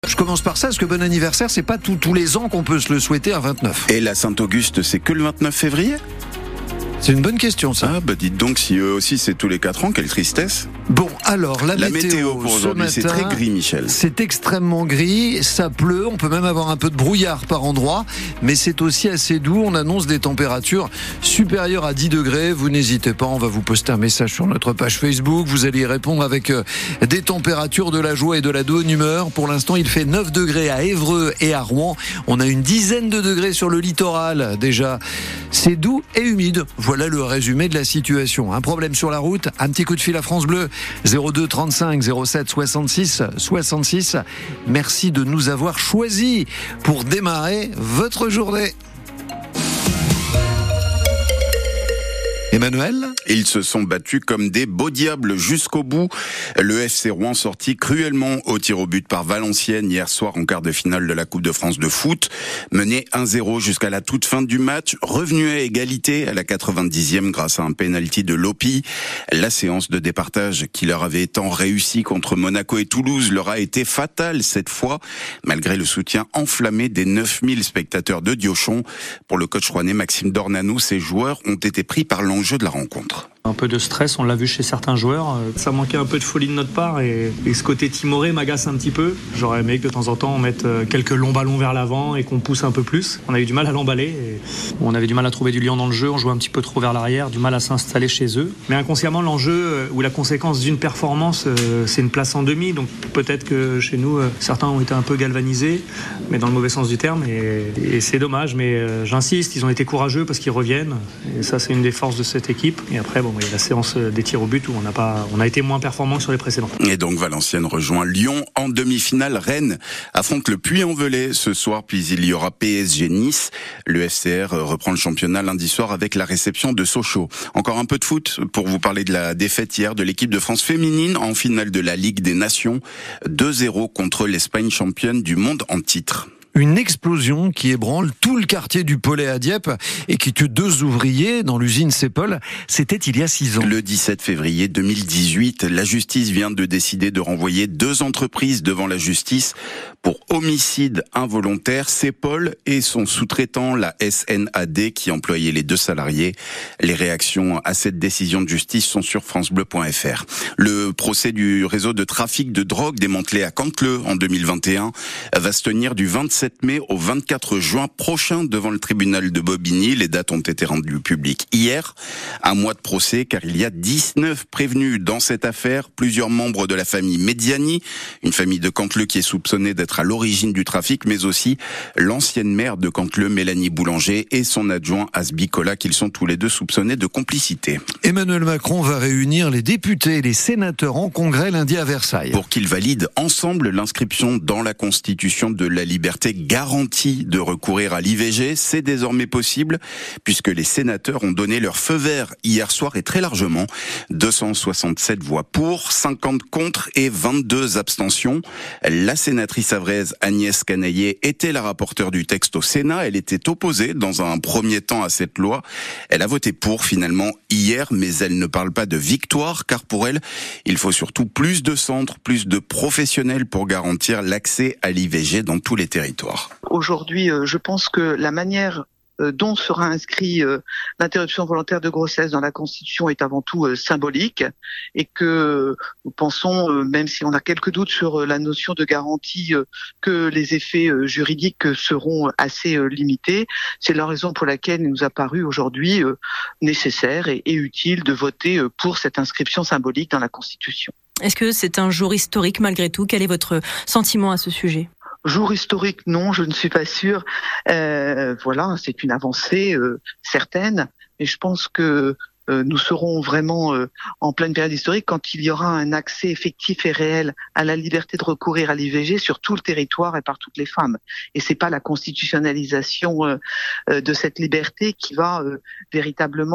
Je commence par ça, parce que bon anniversaire, c'est pas tous les ans qu'on peut se le souhaiter à 29. Et la Saint-Auguste, c'est que le 29 février ? C'est une bonne question, ça. Ah, bah dites donc, si eux aussi c'est tous les 4 ans, quelle tristesse. Bon, alors, la météo pour aujourd'hui, c'est très gris, Michel. C'est extrêmement gris, ça pleut, on peut même avoir un peu de brouillard par endroit, mais c'est aussi assez doux. On annonce des températures supérieures à 10 degrés. Vous n'hésitez pas, on va vous poster un message sur notre page Facebook. Vous allez y répondre avec des températures, de la joie et de la bonne humeur. Pour l'instant, il fait 9 degrés à Évreux et à Rouen. On a une dizaine de degrés sur le littoral, déjà. C'est doux et humide. Voilà le résumé de la situation. Un problème sur la route, un petit coup de fil à France Bleu, 02 35 07 66 66. Merci de nous avoir choisis pour démarrer votre journée. Emmanuel ? Ils se sont battus comme des beaux diables jusqu'au bout. Le FC Rouen sorti cruellement au tir au but par Valenciennes hier soir en quart de finale de la Coupe de France de foot. Mené 1-0 jusqu'à la toute fin du match, revenu à égalité à la 90e grâce à un penalty de Lopi. La séance de départage qui leur avait tant réussi contre Monaco et Toulouse leur a été fatale cette fois, malgré le soutien enflammé des 9000 spectateurs de Diochon. Pour le coach rouennais Maxime Dornanou, ces joueurs ont été pris par l'enjeu de la rencontre. Un peu de stress, on l'a vu chez certains joueurs. Ça manquait un peu de folie de notre part et ce côté timoré m'agace un petit peu. J'aurais aimé que de temps en temps on mette quelques longs ballons vers l'avant et qu'on pousse un peu plus. On a eu du mal à l'emballer. On avait du mal à trouver du lion dans le jeu. On jouait un petit peu trop vers l'arrière, du mal à s'installer chez eux. Mais inconsciemment, l'enjeu ou la conséquence d'une performance, c'est une place en demi. Donc peut-être que chez nous, certains ont été un peu galvanisés, mais dans le mauvais sens du terme. Et c'est dommage, mais j'insiste, ils ont été courageux parce qu'ils reviennent. Et ça, c'est une des forces de cette équipe. Et après, il y a la séance des tirs au but où on a été moins performant que sur les précédents. Et donc Valenciennes rejoint Lyon en demi-finale. Rennes affronte le Puy-en-Velay ce soir, puis il y aura PSG Nice. Le FCR reprend le championnat lundi soir avec la réception de Sochaux. Encore un peu de foot pour vous parler de la défaite hier de l'équipe de France féminine en finale de la Ligue des Nations. 2-0 contre l'Espagne championne du monde en titre. Une explosion qui ébranle tout le quartier du Pollet à Dieppe et qui tue 2 ouvriers dans l'usine Cepol. C'était il y a 6 ans. Le 17 février 2018, la justice vient de décider de renvoyer 2 entreprises devant la justice pour homicide involontaire. Cepol et son sous-traitant, la SNAD, qui employait les 2 salariés. Les réactions à cette décision de justice sont sur francebleu.fr. Le procès du réseau de trafic de drogue démantelé à Cantleux en 2021 va se tenir du 27 mai au 24 juin prochain devant le tribunal de Bobigny. Les dates ont été rendues publiques hier. Un mois de procès car il y a 19 prévenus dans cette affaire. Plusieurs membres de la famille Mediani, une famille de Cantleux qui est soupçonnée d'être à l'origine du trafic, mais aussi l'ancienne maire de Cantleux, Mélanie Boulanger, et son adjoint Asbi Cola, qu'ils sont tous les 2 soupçonnés de complicité. Emmanuel Macron va réunir les députés et les sénateurs en congrès lundi à Versailles. Pour qu'ils valident ensemble l'inscription dans la Constitution de la liberté garantie de recourir à l'IVG. C'est désormais possible puisque les sénateurs ont donné leur feu vert hier soir et très largement. 267 voix pour, 50 contre et 22 abstentions. La sénatrice avraise Agnès Canaillet était la rapporteure du texte au Sénat. Elle était opposée dans un premier temps à cette loi. Elle a voté pour finalement hier, mais elle ne parle pas de victoire car pour elle, il faut surtout plus de centres, plus de professionnels pour garantir l'accès à l'IVG dans tous les territoires. Aujourd'hui, je pense que la manière dont sera inscrit l'interruption volontaire de grossesse dans la Constitution est avant tout symbolique et que nous pensons, même si on a quelques doutes sur la notion de garantie, que les effets juridiques seront assez limités. C'est la raison pour laquelle il nous a paru aujourd'hui nécessaire et utile de voter pour cette inscription symbolique dans la Constitution. Est-ce que c'est un jour historique malgré tout ? Quel est votre sentiment à ce sujet ? Jour historique, non, je ne suis pas sûre. Voilà, c'est une avancée certaine, mais je pense que nous serons vraiment en pleine période historique quand il y aura un accès effectif et réel à la liberté de recourir à l'IVG sur tout le territoire et par toutes les femmes. Et c'est pas la constitutionnalisation de cette liberté qui va véritablement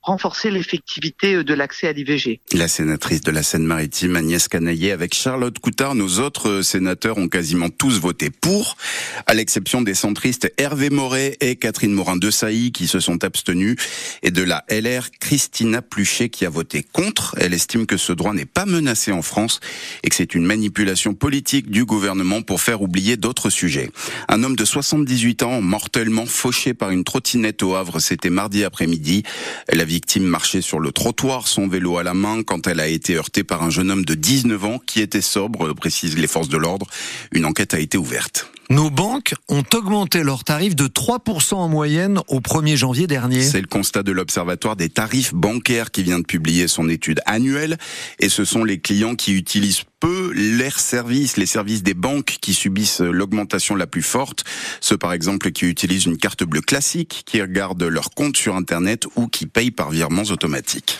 renforcer l'effectivité de l'accès à l'IVG. La sénatrice de la Seine-Maritime, Agnès Canaillet, avec Charlotte Coutard, nos autres sénateurs ont quasiment tous voté pour, à l'exception des centristes Hervé Moret et Catherine Morin-Desailly qui se sont abstenus, et de la LR, Christina Pluchet, qui a voté contre. Elle estime que ce droit n'est pas menacé en France et que c'est une manipulation politique du gouvernement pour faire oublier d'autres sujets. Un homme de 78 ans, mortellement fauché par une trottinette au Havre, c'était mardi après-midi. La victime marchait sur le trottoir, son vélo à la main, quand elle a été heurtée par un jeune homme de 19 ans qui était sobre, précisent les forces de l'ordre. Une enquête a été ouverte. Nos banques ont augmenté leurs tarifs de 3% en moyenne au 1er janvier dernier. C'est le constat de l'Observatoire des tarifs bancaires qui vient de publier son étude annuelle. Et ce sont les clients qui utilisent peu les services des banques qui subissent l'augmentation la plus forte. Ceux par exemple qui utilisent une carte bleue classique, qui regardent leur compte sur Internet ou qui payent par virements automatiques.